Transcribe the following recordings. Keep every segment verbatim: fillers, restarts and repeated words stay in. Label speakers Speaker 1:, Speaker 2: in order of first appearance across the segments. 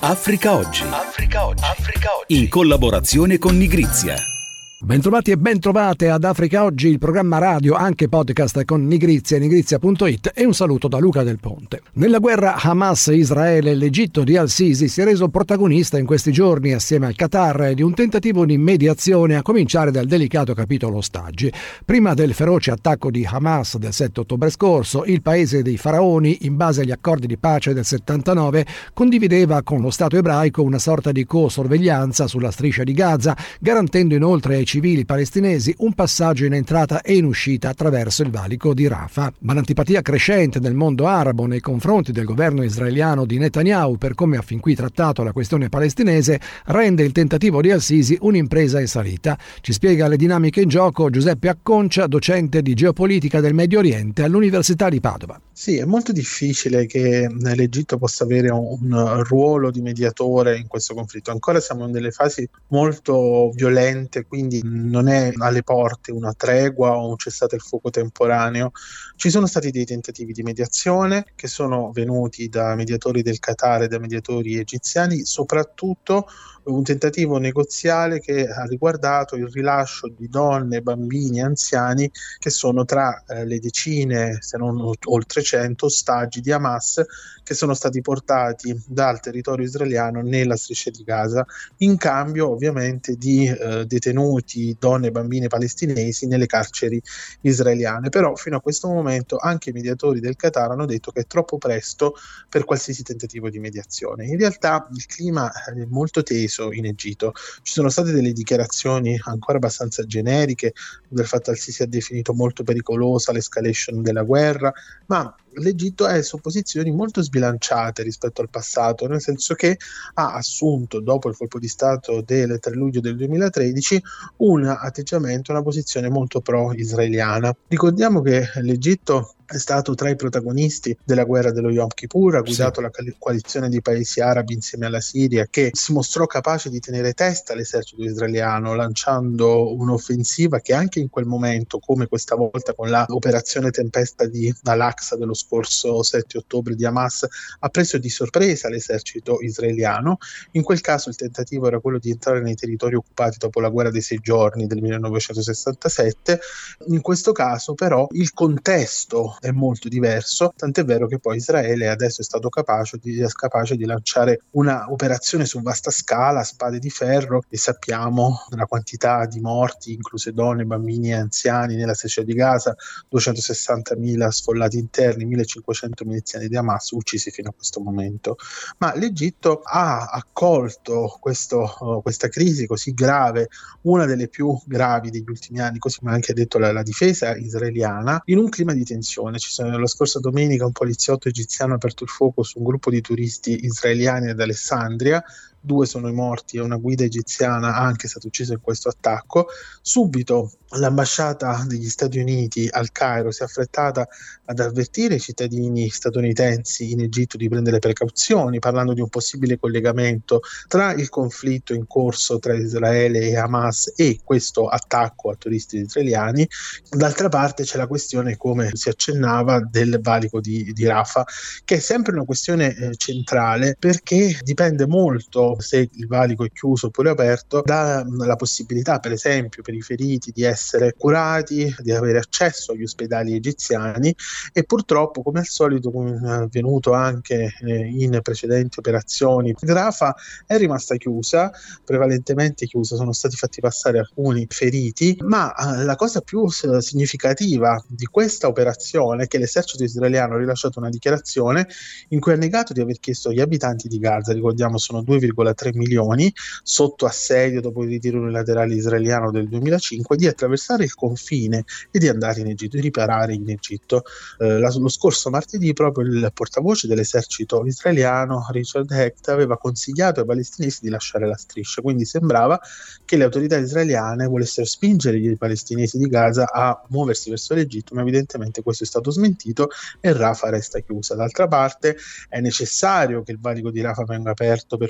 Speaker 1: Africa Oggi. Africa Oggi. Africa Oggi. In collaborazione con Nigrizia.
Speaker 2: Bentrovati e bentrovate ad Africa Oggi, il programma radio, anche podcast con Nigrizia e nigrizia punto it, e un saluto da Luca Del Ponte. Nella guerra Hamas-Israele, l'Egitto di Al-Sisi si è reso protagonista in questi giorni assieme al Qatar di un tentativo di mediazione, a cominciare dal delicato capitolo ostaggi. Prima del feroce attacco di Hamas del sette ottobre scorso, il paese dei faraoni, in base agli accordi di pace del settantanove, condivideva con lo Stato ebraico una sorta di co-sorveglianza sulla striscia di Gaza, garantendo inoltre ai civili palestinesi un passaggio in entrata e in uscita attraverso il valico di Rafah. Ma l'antipatia crescente del mondo arabo nei confronti del governo israeliano di Netanyahu per come ha fin qui trattato la questione palestinese rende il tentativo di Al-Sisi un'impresa in salita. Ci spiega le dinamiche in gioco Giuseppe Acconcia, docente di geopolitica del Medio Oriente all'Università di Padova.
Speaker 3: Sì, è molto difficile che l'Egitto possa avere un ruolo di mediatore in questo conflitto. Ancora siamo in delle fasi molto violente, quindi non è alle porte una tregua o un cessate il fuoco temporaneo. Ci sono stati dei tentativi di mediazione che sono venuti da mediatori del Qatar e da mediatori egiziani, soprattutto un tentativo negoziale che ha riguardato il rilascio di donne, bambini e anziani che sono tra eh, le decine, se non oltre cento, ostaggi di Hamas che sono stati portati dal territorio israeliano nella striscia di Gaza, in cambio ovviamente di eh, detenuti, donne e bambine palestinesi nelle carceri israeliane. Però fino a questo momento anche i mediatori del Qatar hanno detto che è troppo presto per qualsiasi tentativo di mediazione. In realtà il clima è molto teso in Egitto. Ci sono state delle dichiarazioni ancora abbastanza generiche del fatto che Al-Sisi ha definito molto pericolosa l'escalation della guerra, ma l'Egitto è su posizioni molto sbilanciate rispetto al passato, nel senso che ha assunto, dopo il colpo di stato del tre luglio del duemilatredici, un atteggiamento, una posizione molto pro-israeliana. Ricordiamo che l'Egitto è stato tra i protagonisti della guerra dello Yom Kippur, ha guidato sì. la coalizione di paesi arabi insieme alla Siria, che si mostrò capace di tenere testa all'esercito israeliano, lanciando un'offensiva che anche in quel momento, come questa volta con l'operazione Tempesta di Al-Aqsa dello scorso sette ottobre di Hamas, ha preso di sorpresa l'esercito israeliano. In quel caso il tentativo era quello di entrare nei territori occupati dopo la guerra dei sei giorni del millenovecentosessantasette. In questo caso però il contesto è molto diverso, tant'è vero che poi Israele adesso è stato capace di, è capace di lanciare una operazione su vasta scala, spade di ferro, e sappiamo la quantità di morti, incluse donne, bambini e anziani nella striscia di Gaza, duecentosessantamila sfollati interni, millecinquecento miliziani di Hamas uccisi fino a questo momento. Ma l'Egitto ha accolto questo, uh, questa crisi così grave, una delle più gravi degli ultimi anni, così come ha anche detto la, la difesa israeliana, in un clima di tensione. Ci sono, la scorsa domenica un poliziotto egiziano ha aperto il fuoco su un gruppo di turisti israeliani ad Alessandria. Due sono i morti e una guida egiziana anche è stata uccisa in questo attacco. Subito l'ambasciata degli Stati Uniti al Cairo si è affrettata ad avvertire i cittadini statunitensi in Egitto di prendere precauzioni, parlando di un possibile collegamento tra il conflitto in corso tra Israele e Hamas e questo attacco a turisti israeliani. D'altra parte c'è la questione, come si accennava, del valico di, di Rafah, che è sempre una questione eh, centrale, perché dipende molto, se il valico è chiuso oppure aperto, dalla possibilità, per esempio, per i feriti di essere curati, di avere accesso agli ospedali egiziani. E purtroppo, come al solito, come è avvenuto anche eh, in precedenti operazioni, Rafah è rimasta chiusa, prevalentemente chiusa, sono stati fatti passare alcuni feriti, ma eh, la cosa più eh, significativa di questa operazione è che l'esercito israeliano ha rilasciato una dichiarazione in cui ha negato di aver chiesto agli abitanti di Gaza, ricordiamo sono due virgola tre milioni sotto assedio dopo il ritiro unilaterale israeliano del duemilacinque, di attraversare il confine e di andare in Egitto, di riparare in Egitto. Eh, la, lo scorso martedì proprio il portavoce dell'esercito israeliano Richard Hecht aveva consigliato ai palestinesi di lasciare la striscia, quindi sembrava che le autorità israeliane volessero spingere i palestinesi di Gaza a muoversi verso l'Egitto, ma evidentemente questo è stato smentito e Rafah resta chiusa. D'altra parte è necessario che il valico di Rafah venga aperto per poter permettere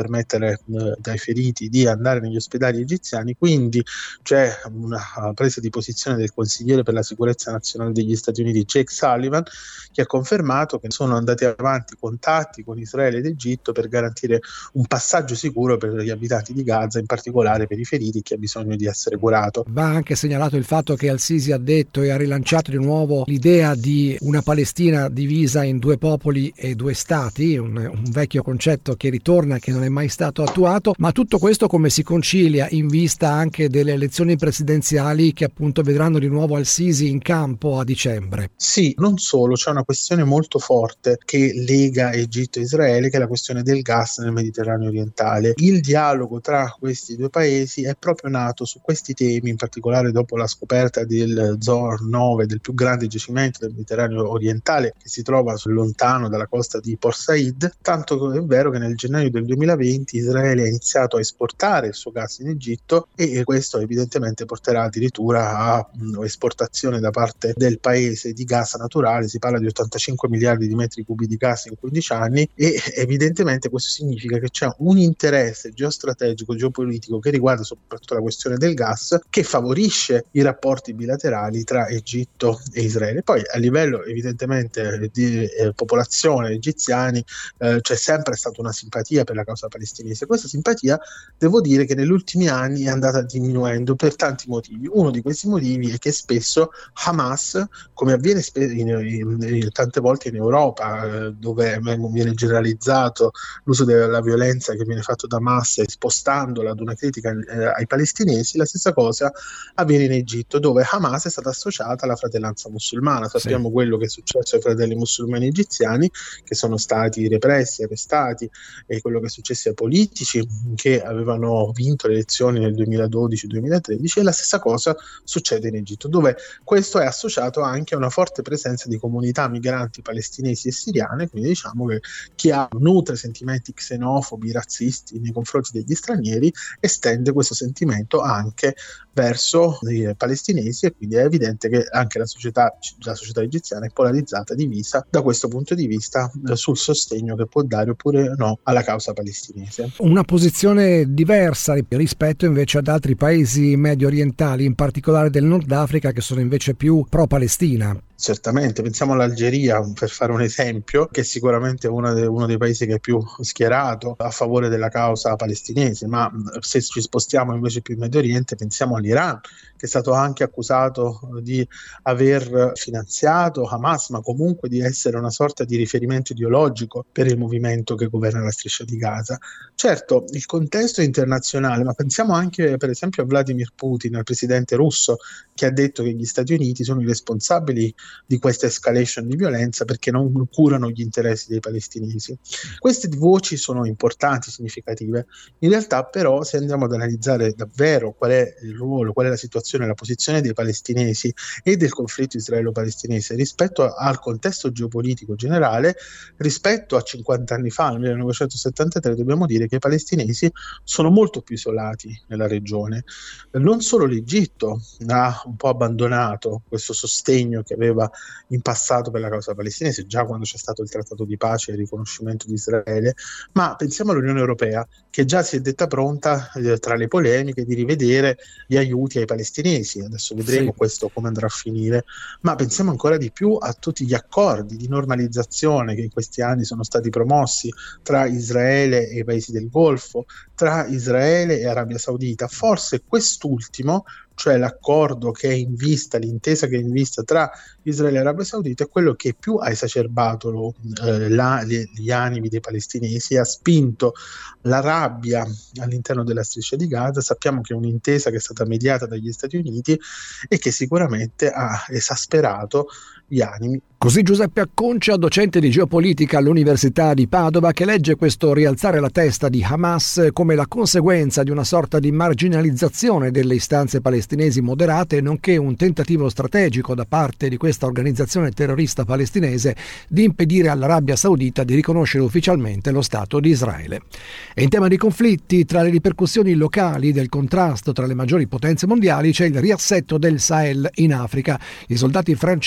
Speaker 3: permettere eh, dai feriti di andare negli ospedali egiziani, quindi c'è una presa di posizione del consigliere per la sicurezza nazionale degli Stati Uniti Jake Sullivan, che ha confermato che sono andati avanti contatti con Israele ed Egitto per garantire un passaggio sicuro per gli abitanti di Gaza, in particolare per i feriti, che ha bisogno di essere curato.
Speaker 2: Va anche segnalato il fatto che Al-Sisi ha detto e ha rilanciato di nuovo l'idea di una Palestina divisa in due popoli e due stati, un, un vecchio concetto che ritorna, che non è mai stato attuato. Ma tutto questo come si concilia in vista anche delle elezioni presidenziali che appunto vedranno di nuovo Al-Sisi in campo a dicembre?
Speaker 3: Sì, non solo, c'è una questione molto forte che lega Egitto e Israele, che è la questione del gas nel Mediterraneo orientale. Il dialogo tra questi due paesi è proprio nato su questi temi, in particolare dopo la scoperta del Zohr nove, del più grande giacimento del Mediterraneo orientale, che si trova lontano dalla costa di Port Said, tanto è vero che nel gennaio del duemilaventi Israele ha iniziato a esportare il suo gas in Egitto, e questo evidentemente porterà addirittura a mh, esportazione da parte del paese di gas naturale. Si parla di ottantacinque miliardi di metri cubi di gas in quindici anni, e evidentemente questo significa che c'è un interesse geostrategico, geopolitico, che riguarda soprattutto la questione del gas, che favorisce i rapporti bilaterali tra Egitto e Israele. Poi a livello evidentemente di eh, popolazione egiziani eh, c'è sempre stata una simpatia per la causa palestinese. Questa simpatia, devo dire che negli ultimi anni è andata diminuendo per tanti motivi. Uno di questi motivi è che spesso Hamas, come avviene spe- in, in, in, tante volte in Europa, eh, dove viene generalizzato l'uso della violenza che viene fatto da Hamas, spostandola ad una critica eh, ai palestinesi, la stessa cosa avviene in Egitto, dove Hamas è stata associata alla fratellanza musulmana. Sappiamo sì. quello che è successo ai fratelli musulmani egiziani, che sono stati repressi, arrestati, e quello che è successo ai politici che avevano vinto le elezioni nel duemiladodici duemilatredici, e la stessa cosa succede in Egitto, dove questo è associato anche a una forte presenza di comunità migranti palestinesi e siriane, quindi diciamo che chi ha, nutre sentimenti xenofobi, razzisti nei confronti degli stranieri, estende questo sentimento anche verso i palestinesi, e quindi è evidente che anche la società, la società egiziana è polarizzata, divisa da questo punto di vista eh, sul sostegno che può dare oppure no alla causa palestinese.
Speaker 2: Una posizione diversa rispetto invece ad altri paesi medio orientali, in particolare del Nord Africa, che sono invece più pro-Palestina.
Speaker 3: Certamente, pensiamo all'Algeria per fare un esempio, che è sicuramente uno, de, uno dei paesi che è più schierato a favore della causa palestinese, ma se ci spostiamo invece più in Medio Oriente, pensiamo all'Iran, che è stato anche accusato di aver finanziato Hamas, ma comunque di essere una sorta di riferimento ideologico per il movimento che governa la striscia di Gaza. Certo, il contesto è internazionale, ma pensiamo anche per esempio a Vladimir Putin, al presidente russo, che ha detto che gli Stati Uniti sono i responsabili di questa escalation di violenza perché non curano gli interessi dei palestinesi. Queste voci sono importanti, significative. In realtà però, se andiamo ad analizzare davvero qual è il ruolo, qual è la situazione, la posizione dei palestinesi e del conflitto israelo-palestinese rispetto al contesto geopolitico generale, rispetto a cinquanta anni fa, nel millenovecentosettantatré, dobbiamo dire che i palestinesi sono molto più isolati nella regione. Non solo l'Egitto ha un po' abbandonato questo sostegno che aveva in passato per la causa palestinese, già quando c'è stato il trattato di pace e il riconoscimento di Israele, ma pensiamo all'Unione Europea, che già si è detta pronta, eh, tra le polemiche, di rivedere gli aiuti ai palestinesi. Adesso vedremo sì. questo come andrà a finire, ma pensiamo ancora di più a tutti gli accordi di normalizzazione che in questi anni sono stati promossi tra Israele e i paesi del Golfo, tra Israele e Arabia Saudita. Forse quest'ultimo, cioè l'accordo che è in vista, l'intesa che è in vista tra Israele e Arabia Saudita, è quello che più ha esacerbato lo, eh, la, gli, gli animi dei palestinesi e ha spinto la rabbia all'interno della striscia di Gaza. Sappiamo che è un'intesa che è stata mediata dagli Stati Uniti e che sicuramente ha esasperato gli animi.
Speaker 2: Così Giuseppe Acconcia, docente di geopolitica all'Università di Padova, che legge questo rialzare la testa di Hamas come la conseguenza di una sorta di marginalizzazione delle istanze palestinesi moderate, nonché un tentativo strategico da parte di questa organizzazione terrorista palestinese di impedire all'Arabia Saudita di riconoscere ufficialmente lo Stato di Israele. E in tema di conflitti, tra le ripercussioni locali del contrasto tra le maggiori potenze mondiali c'è il riassetto del Sahel in Africa. I soldati francesi si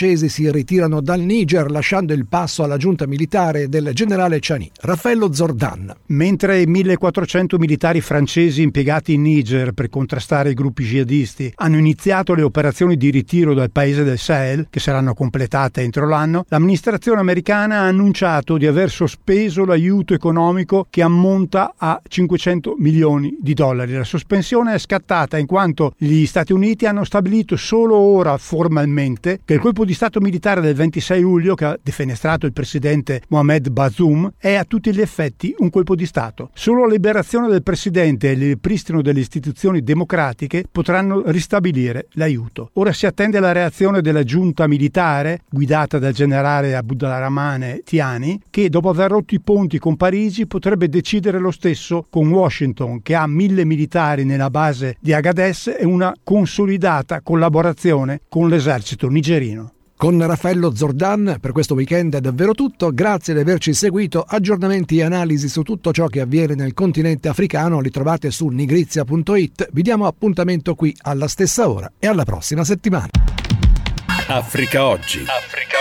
Speaker 2: si ritirano dal Niger lasciando il passo alla giunta militare del generale Chani. Raffaello Zordan.
Speaker 4: Mentre millequattrocento militari francesi impiegati in Niger per contrastare i gruppi jihadisti hanno iniziato le operazioni di ritiro dal paese del Sahel, che saranno completate entro l'anno, l'amministrazione americana ha annunciato di aver sospeso l'aiuto economico che ammonta a cinquecento milioni di dollari. La sospensione è scattata in quanto gli Stati Uniti hanno stabilito solo ora formalmente che il colpo di stato militare del ventisei luglio, che ha defenestrato il presidente Mohamed Bazoum, è a tutti gli effetti un colpo di stato. Solo la liberazione del presidente e il ripristino delle istituzioni democratiche potranno ristabilire l'aiuto. Ora si attende la reazione della giunta militare guidata dal generale Abdurrahmane Tiani, che dopo aver rotto i ponti con Parigi potrebbe decidere lo stesso con Washington, che ha mille militari nella base di Agadez e una consolidata collaborazione con l'esercito nigerino.
Speaker 2: Con Raffaello Zordan per questo weekend è davvero tutto, grazie di averci seguito. Aggiornamenti e analisi su tutto ciò che avviene nel continente africano li trovate su nigrizia punto it. Vi diamo appuntamento qui alla stessa ora e alla prossima settimana.
Speaker 1: Africa Oggi. Africa